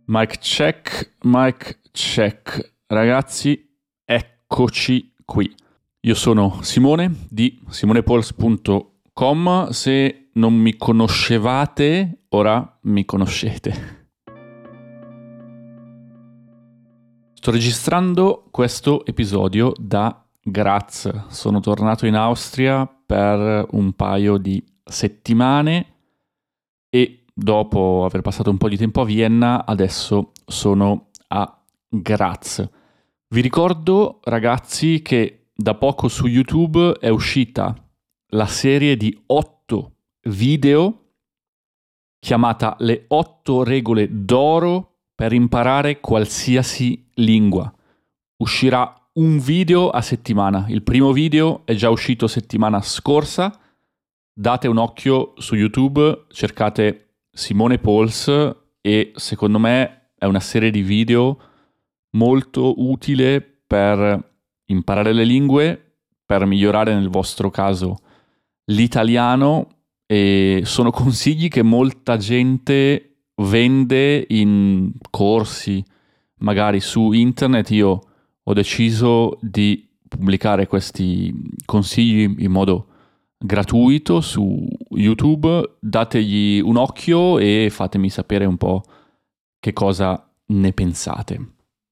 Mic check. Ragazzi, eccoci qui. Io sono Simone di simonepols.com. Se non mi conoscevate, ora mi conoscete. Sto registrando questo episodio da Graz. Sono tornato in Austria per un paio di settimane e dopo aver passato un po' di tempo a Vienna, adesso sono a Graz. Vi ricordo, ragazzi, che da poco su YouTube è uscita la serie di 8 video chiamata Le 8 regole d'oro per imparare qualsiasi lingua. Uscirà un video a settimana. Il primo video è già uscito settimana scorsa. Date un occhio su YouTube, cercate Simone Pols e secondo me è una serie di video molto utile per imparare le lingue, per migliorare nel vostro caso l'italiano, e sono consigli che molta gente vende in corsi, magari su internet. Io ho deciso di pubblicare questi consigli in modo gratuito su YouTube. Dategli un occhio e fatemi sapere un po' che cosa ne pensate.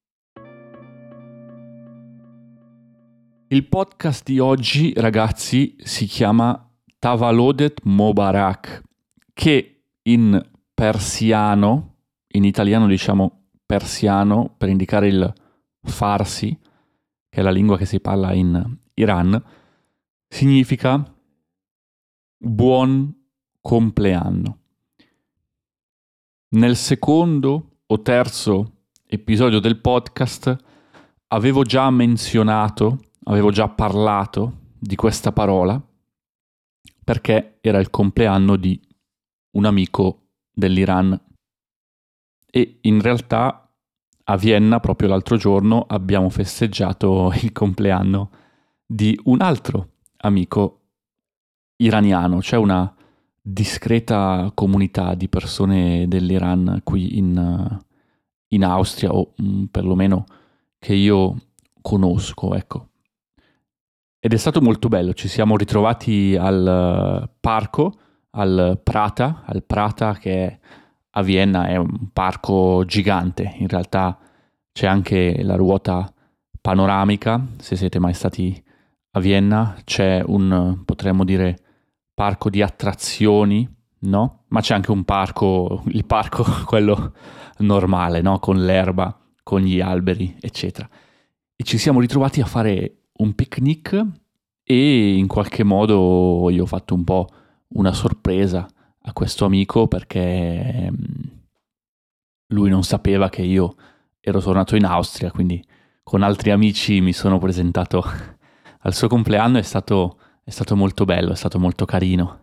Il podcast di oggi, ragazzi, si chiama Tavalodet Mobarak, che in persiano, in italiano diciamo persiano per indicare il Farsi, che è la lingua che si parla in Iran, significa buon compleanno. Nel secondo o terzo episodio del podcast avevo già parlato di questa parola perché era il compleanno di un amico dell'Iran e in realtà a Vienna proprio l'altro giorno abbiamo festeggiato il compleanno di un altro amico iraniano. C'è una discreta comunità di persone dell'Iran qui in Austria, o perlomeno che io conosco, ecco. Ed è stato molto bello. Ci siamo ritrovati al parco, al Prata, che a Vienna è un parco gigante. In realtà c'è anche la ruota panoramica. Se siete mai stati a Vienna, c'è potremmo dire, parco di attrazioni, no? Ma c'è anche il parco quello normale, no? Con l'erba, con gli alberi, eccetera. E ci siamo ritrovati a fare un picnic e in qualche modo io ho fatto un po' una sorpresa a questo amico perché lui non sapeva che io ero tornato in Austria, quindi con altri amici mi sono presentato al suo compleanno. È stato molto bello, è stato molto carino.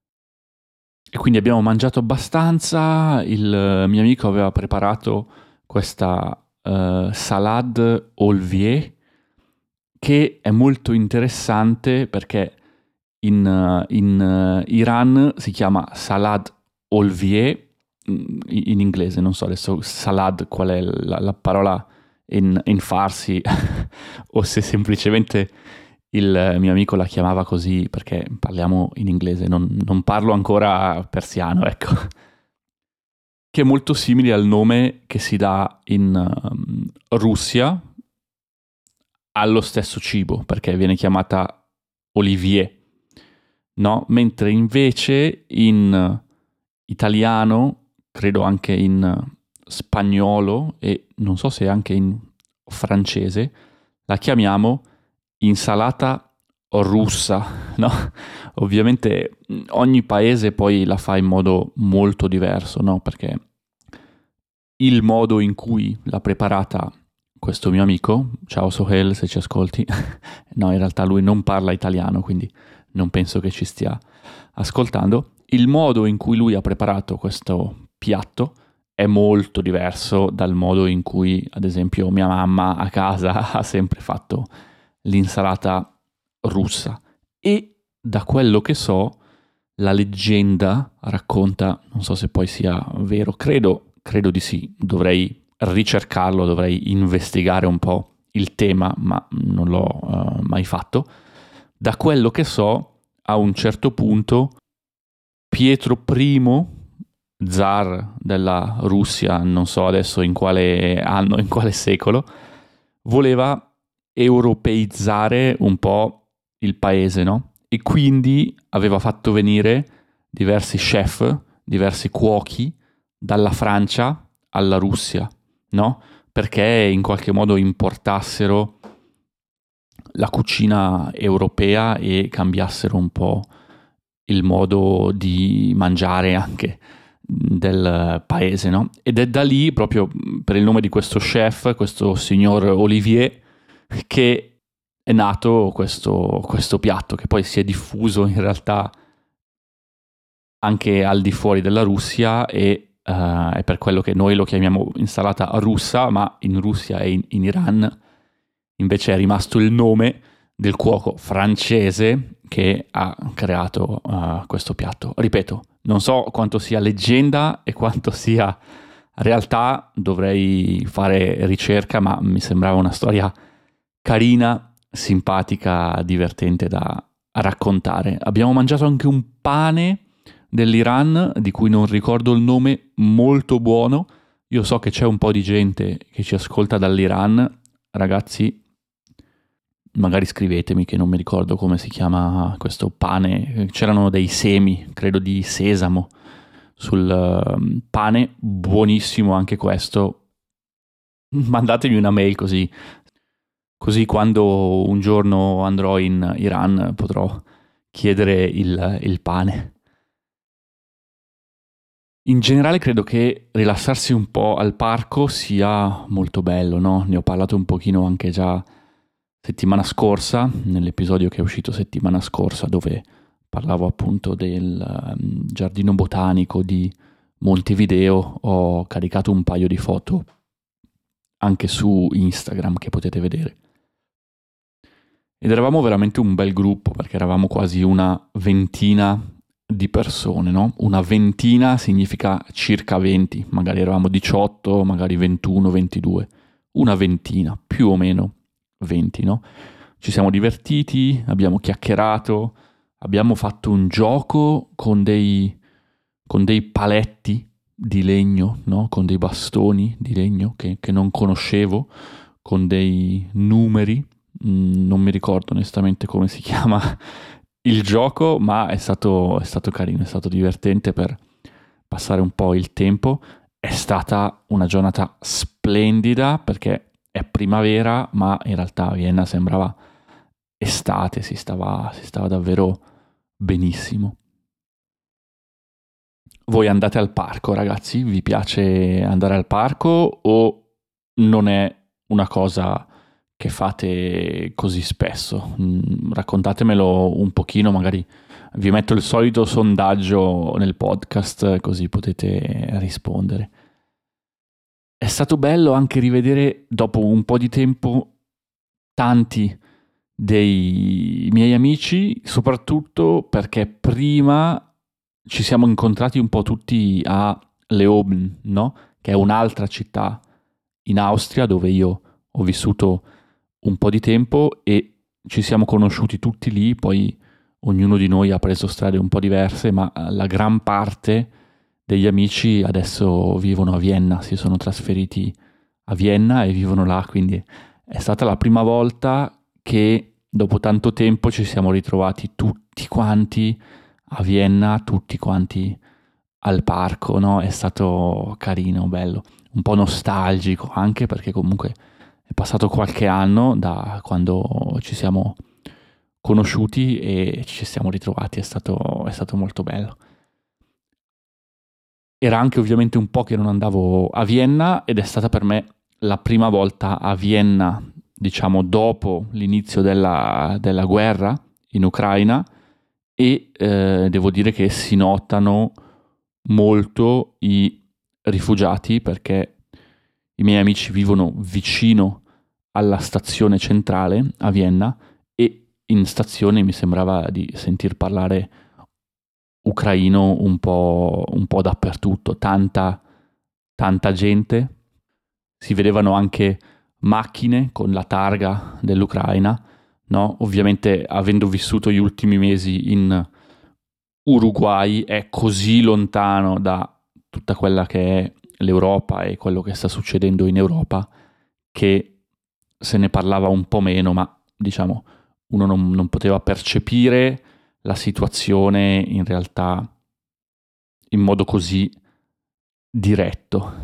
E quindi abbiamo mangiato abbastanza. Il mio amico aveva preparato questa salade Olivier, che è molto interessante perché in Iran si chiama salade Olivier, in inglese, non so adesso salad qual è la parola in farsi o se semplicemente il mio amico la chiamava così perché parliamo in inglese, non parlo ancora persiano, ecco. Che è molto simile al nome che si dà in Russia allo stesso cibo, perché viene chiamata Olivier, no? Mentre invece in italiano, credo anche in spagnolo e non so se anche in francese, la chiamiamo insalata russa, no? Ovviamente ogni paese poi la fa in modo molto diverso, no? Perché il modo in cui l'ha preparata questo mio amico, ciao Sohel se ci ascolti, no, in realtà lui non parla italiano, quindi non penso che ci stia ascoltando. Il modo in cui lui ha preparato questo piatto è molto diverso dal modo in cui, ad esempio, mia mamma a casa ha sempre fatto l'insalata russa. E da quello che so, la leggenda racconta, non so se poi sia vero, credo credo di sì, dovrei ricercarlo, dovrei investigare un po' il tema, ma non l'ho mai fatto. Da quello che so, a un certo punto Pietro I, zar della Russia, non so adesso in quale anno, in quale secolo, voleva europeizzare un po' il paese, no? E quindi aveva fatto venire diversi chef, diversi cuochi dalla Francia alla Russia, no? Perché in qualche modo importassero la cucina europea e cambiassero un po' il modo di mangiare anche del paese, no? Ed è da lì, proprio per il nome di questo chef, questo signor Olivier, che è nato questo piatto, che poi si è diffuso in realtà anche al di fuori della Russia e è per quello che noi lo chiamiamo insalata russa, ma in Russia e in Iran invece è rimasto il nome del cuoco francese che ha creato questo piatto. Ripeto, non so quanto sia leggenda e quanto sia realtà, dovrei fare ricerca, ma mi sembrava una storia carina, simpatica, divertente da raccontare. Abbiamo mangiato anche un pane dell'Iran, di cui non ricordo il nome, molto buono. Io so che c'è un po' di gente che ci ascolta dall'Iran. Ragazzi, magari scrivetemi, che non mi ricordo come si chiama questo pane. C'erano dei semi, credo di sesamo, sul pane, buonissimo anche questo. Mandatemi una mail così quando un giorno andrò in Iran potrò chiedere il pane. In generale credo che rilassarsi un po' al parco sia molto bello, no? Ne ho parlato un pochino anche già settimana scorsa, nell'episodio che è uscito settimana scorsa, dove parlavo appunto del giardino botanico di Montevideo. Ho caricato un paio di foto anche su Instagram che potete vedere. Ed eravamo veramente un bel gruppo, perché eravamo quasi una ventina di persone, no? Una ventina significa circa 20, magari eravamo 18, magari 21, 22, una ventina, più o meno 20, no? Ci siamo divertiti, abbiamo chiacchierato, abbiamo fatto un gioco con dei paletti di legno, no? Con dei bastoni di legno che non conoscevo, con dei numeri. Non mi ricordo onestamente come si chiama il gioco, ma è stato carino, è stato divertente per passare un po' il tempo. È stata una giornata splendida perché è primavera, ma in realtà a Vienna sembrava estate, si stava davvero benissimo. Voi andate al parco, ragazzi? Vi piace andare al parco o non è una cosa che fate così spesso? Raccontatemelo un pochino, magari vi metto il solito sondaggio nel podcast così potete rispondere. È stato bello anche rivedere dopo un po' di tempo tanti dei miei amici, soprattutto perché prima ci siamo incontrati un po' tutti a Leoben, no? Che è un'altra città in Austria dove io ho vissuto un po' di tempo e ci siamo conosciuti tutti lì, poi ognuno di noi ha preso strade un po' diverse, ma la gran parte degli amici adesso vivono a Vienna, si sono trasferiti a Vienna e vivono là, quindi è stata la prima volta che dopo tanto tempo ci siamo ritrovati tutti quanti a Vienna, tutti quanti al parco, no? È stato carino, bello, un po' nostalgico anche perché comunque è passato qualche anno da quando ci siamo conosciuti e ci siamo ritrovati, è stato molto bello. Era anche ovviamente un po' che non andavo a Vienna ed è stata per me la prima volta a Vienna, diciamo, dopo l'inizio della guerra in Ucraina e devo dire che si notano molto i rifugiati perché i miei amici vivono vicino alla stazione centrale a Vienna e in stazione mi sembrava di sentir parlare ucraino un po' dappertutto, tanta tanta gente, si vedevano anche macchine con la targa dell'Ucraina, no? Ovviamente avendo vissuto gli ultimi mesi in Uruguay è così lontano da tutta quella che è l'Europa e quello che sta succedendo in Europa che se ne parlava un po' meno, ma diciamo uno non poteva percepire la situazione in realtà in modo così diretto.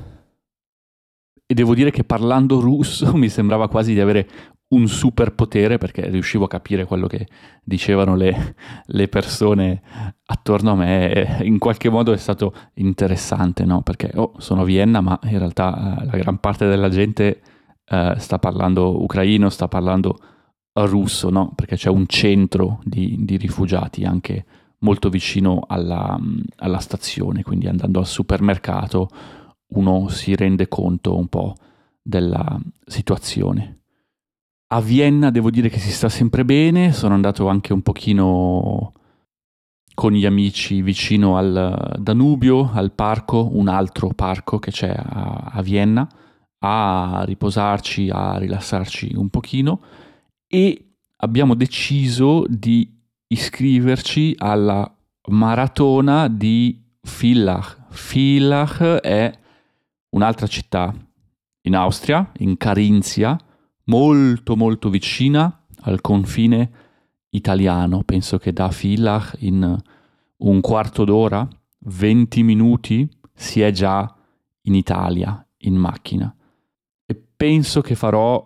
E devo dire che parlando russo mi sembrava quasi di avere un superpotere perché riuscivo a capire quello che dicevano le persone attorno a me e in qualche modo è stato interessante, no? Perché sono a Vienna, ma in realtà la gran parte della gente sta parlando ucraino, sta parlando russo, no? Perché c'è un centro di rifugiati anche molto vicino alla stazione, quindi andando al supermercato uno si rende conto un po' della situazione. A Vienna devo dire che si sta sempre bene, sono andato anche un pochino con gli amici vicino al Danubio, al parco, un altro parco che c'è a Vienna, a riposarci, a rilassarci un pochino e abbiamo deciso di iscriverci alla maratona di Villach. Villach è un'altra città in Austria, in Carinzia, molto molto vicina al confine italiano. Penso che da Villach in un quarto d'ora, 20 minuti, si è già in Italia, in macchina. E penso che farò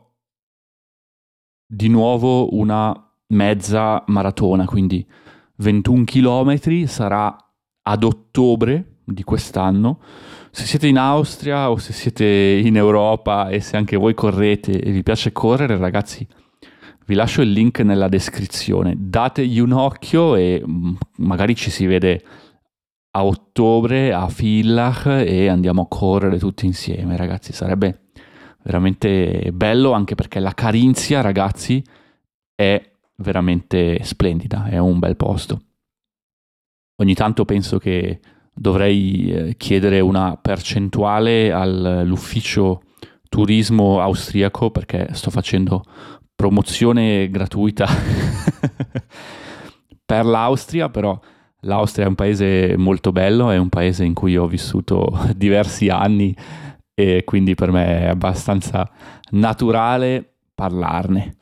di nuovo una mezza maratona, quindi 21 chilometri, sarà ad ottobre di quest'anno. Se siete in Austria o se siete in Europa e se anche voi correte e vi piace correre, ragazzi, vi lascio il link nella descrizione. Dategli un occhio e magari ci si vede a ottobre a Villach e andiamo a correre tutti insieme, ragazzi. Sarebbe veramente bello anche perché la Carinzia, ragazzi, è veramente splendida, è un bel posto. Ogni tanto penso che dovrei chiedere una percentuale all'ufficio turismo austriaco perché sto facendo promozione gratuita per l'Austria, però l'Austria è un paese molto bello, è un paese in cui ho vissuto diversi anni e quindi per me è abbastanza naturale parlarne.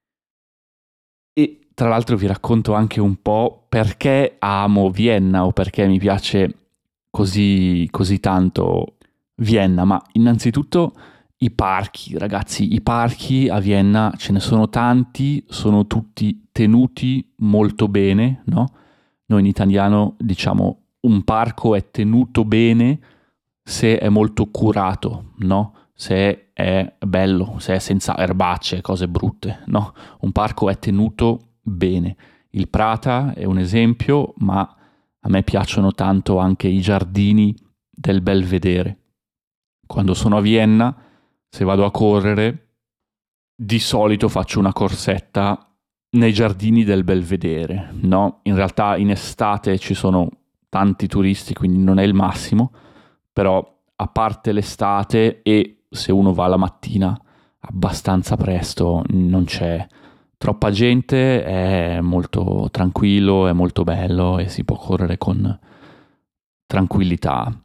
E tra l'altro vi racconto anche un po' perché amo Vienna o perché mi piace così tanto Vienna, ma innanzitutto i parchi, ragazzi, i parchi a Vienna ce ne sono tanti, sono tutti tenuti molto bene, no? Noi in italiano diciamo un parco è tenuto bene se è molto curato, no? Se è bello, se è senza erbacce, cose brutte, no? Un parco è tenuto bene. Il Prata è un esempio, ma a me piacciono tanto anche i giardini del Belvedere. Quando sono a Vienna, se vado a correre, di solito faccio una corsetta nei giardini del Belvedere, no? In realtà in estate ci sono tanti turisti, quindi non è il massimo, però a parte l'estate e se uno va la mattina abbastanza presto non c'è troppa gente, è molto tranquillo, è molto bello e si può correre con tranquillità.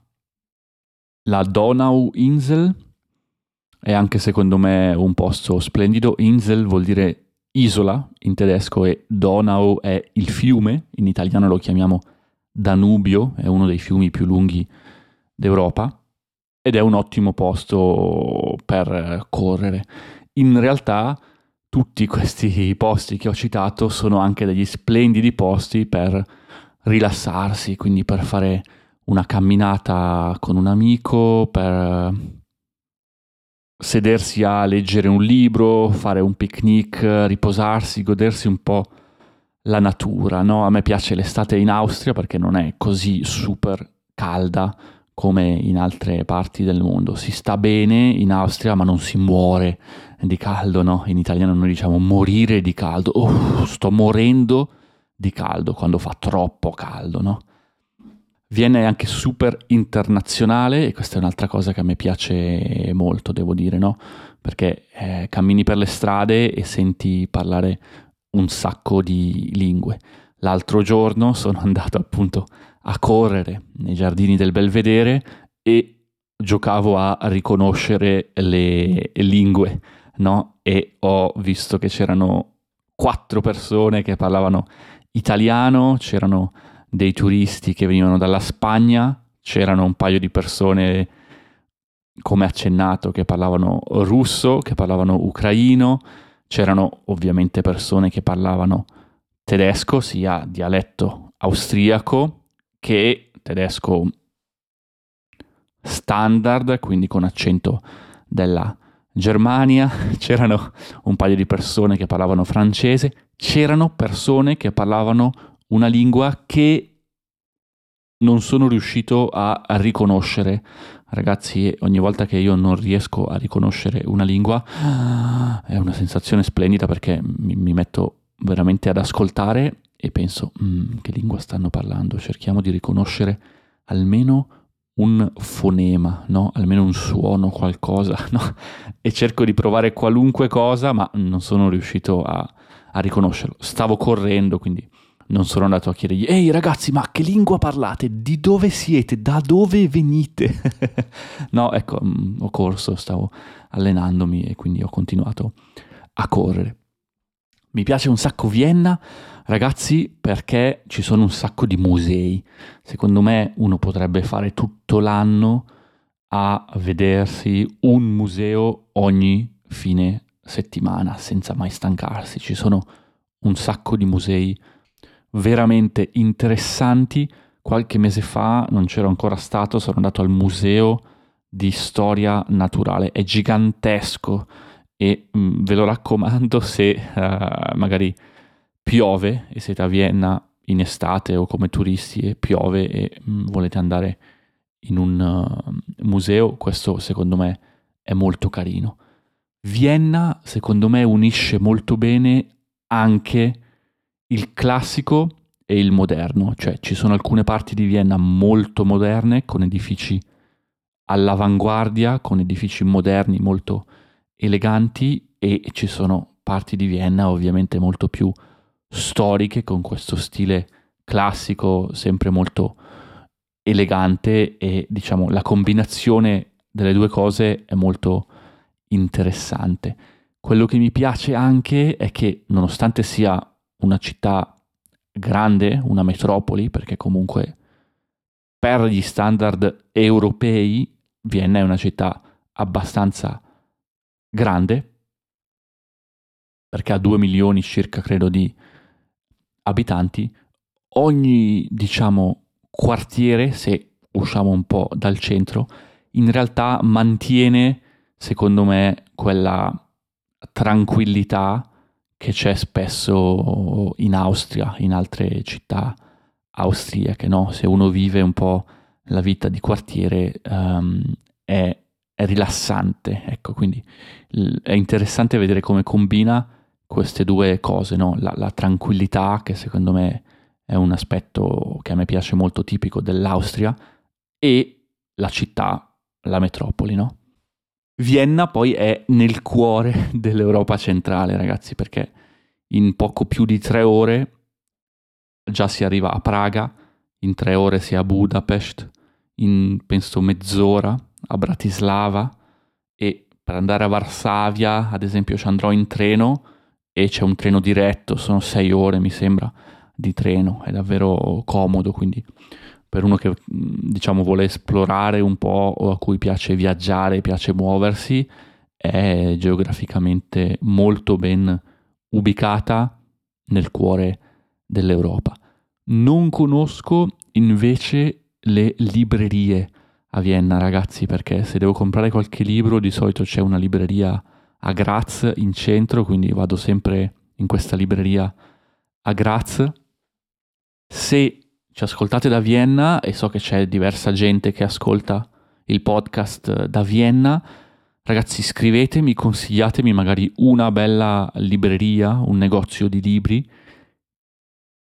La Donauinsel è anche secondo me un posto splendido. Insel vuol dire isola in tedesco e Donau è il fiume, in italiano lo chiamiamo Danubio, è uno dei fiumi più lunghi d'Europa ed è un ottimo posto per correre. In realtà tutti questi posti che ho citato sono anche degli splendidi posti per rilassarsi, quindi per fare una camminata con un amico, per sedersi a leggere un libro, fare un picnic, riposarsi, godersi un po' la natura, no? A me piace l'estate in Austria perché non è così super calda come in altre parti del mondo. Si sta bene in Austria, ma non si muore di caldo, no? In italiano noi diciamo morire di caldo. Sto morendo di caldo quando fa troppo caldo, no? Vienna è anche super internazionale e questa è un'altra cosa che a me piace molto, devo dire, no? Perché cammini per le strade e senti parlare un sacco di lingue. L'altro giorno sono andato appunto a correre nei giardini del Belvedere e giocavo a riconoscere le lingue, no? E ho visto che c'erano 4 persone che parlavano italiano, c'erano dei turisti che venivano dalla Spagna, c'erano un paio di persone, come accennato, che parlavano russo, che parlavano ucraino, c'erano ovviamente persone che parlavano tedesco, sia dialetto austriaco che tedesco standard, quindi con accento della Germania, c'erano un paio di persone che parlavano francese, c'erano persone che parlavano una lingua che non sono riuscito a riconoscere. Ragazzi, ogni volta che io non riesco a riconoscere una lingua è una sensazione splendida perché mi metto veramente ad ascoltare e penso, che lingua stanno parlando? Cerchiamo di riconoscere almeno un fonema, no? Almeno un suono, qualcosa, no? E cerco di provare qualunque cosa, ma non sono riuscito a riconoscerlo. Stavo correndo, quindi non sono andato a chiedergli, ehi ragazzi, ma che lingua parlate? Di dove siete? Da dove venite? No, ecco, ho corso, stavo allenandomi e quindi ho continuato a correre. Mi piace un sacco Vienna, ragazzi, perché ci sono un sacco di musei. Secondo me uno potrebbe fare tutto l'anno a vedersi un museo ogni fine settimana senza mai stancarsi. Ci sono un sacco di musei veramente interessanti. Qualche mese fa non c'ero ancora stato, sono andato al museo di storia naturale, è gigantesco e ve lo raccomando se magari piove e siete a Vienna in estate o come turisti e piove e volete andare in un museo, questo secondo me è molto carino. Vienna secondo me unisce molto bene anche il classico e il moderno, cioè ci sono alcune parti di Vienna molto moderne, con edifici all'avanguardia, con edifici moderni molto eleganti, e ci sono parti di Vienna ovviamente molto più storiche, con questo stile classico sempre molto elegante, e diciamo la combinazione delle due cose è molto interessante. Quello che mi piace anche è che nonostante sia una città grande, una metropoli, perché comunque per gli standard europei Vienna è una città abbastanza grande, perché ha 2 milioni circa, credo, di abitanti. Ogni, diciamo, quartiere, se usciamo un po' dal centro, in realtà mantiene, secondo me, quella tranquillità che c'è spesso in Austria, in altre città austriache, no? Se uno vive un po' la vita di quartiere, è rilassante, ecco, quindi è interessante vedere come combina queste due cose, no? La tranquillità, che secondo me è un aspetto che a me piace molto, tipico dell'Austria, e la città, la metropoli, no? Vienna poi è nel cuore dell'Europa centrale, ragazzi, perché in poco più di 3 ore già si arriva a Praga, in 3 ore si è a Budapest, in penso mezz'ora a Bratislava, e per andare a Varsavia, ad esempio, ci andrò in treno e c'è un treno diretto, sono 6 ore mi sembra di treno, è davvero comodo, quindi per uno che diciamo vuole esplorare un po' o a cui piace viaggiare, piace muoversi, è geograficamente molto ben ubicata nel cuore dell'Europa. Non conosco invece le librerie a Vienna, ragazzi, perché se devo comprare qualche libro di solito c'è una libreria a Graz in centro, quindi vado sempre in questa libreria a Graz. Se ci ascoltate da Vienna, e so che c'è diversa gente che ascolta il podcast da Vienna, ragazzi, scrivetemi, consigliatemi magari una bella libreria, un negozio di libri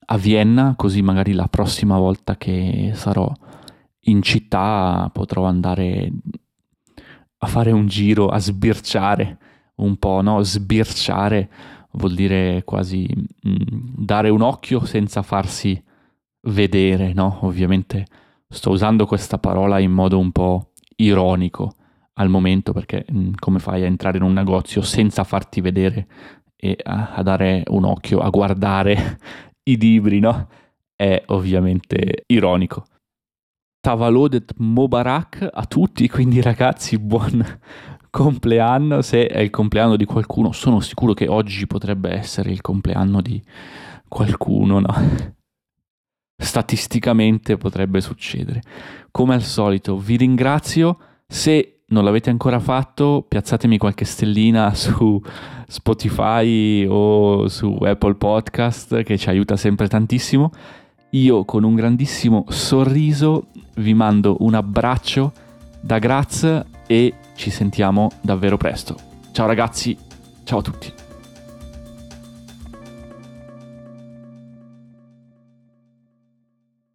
a Vienna, così magari la prossima volta che sarò in città potrò andare a fare un giro, a sbirciare un po', no? Sbirciare vuol dire quasi dare un occhio senza farsi vedere, no? Ovviamente sto usando questa parola in modo un po' ironico al momento, perché come fai a entrare in un negozio senza farti vedere e a dare un occhio, a guardare i libri, no? È ovviamente ironico. Tavalodet Mubarak a tutti, quindi ragazzi, buon compleanno. Se è il compleanno di qualcuno, sono sicuro che oggi potrebbe essere il compleanno di qualcuno, no? Statisticamente potrebbe succedere. Come al solito, vi ringrazio. Se non l'avete ancora fatto, piazzatemi qualche stellina su Spotify o su Apple Podcast, che ci aiuta sempre tantissimo. Io con un grandissimo sorriso vi mando un abbraccio da Graz e ci sentiamo davvero presto. Ciao ragazzi, ciao a tutti.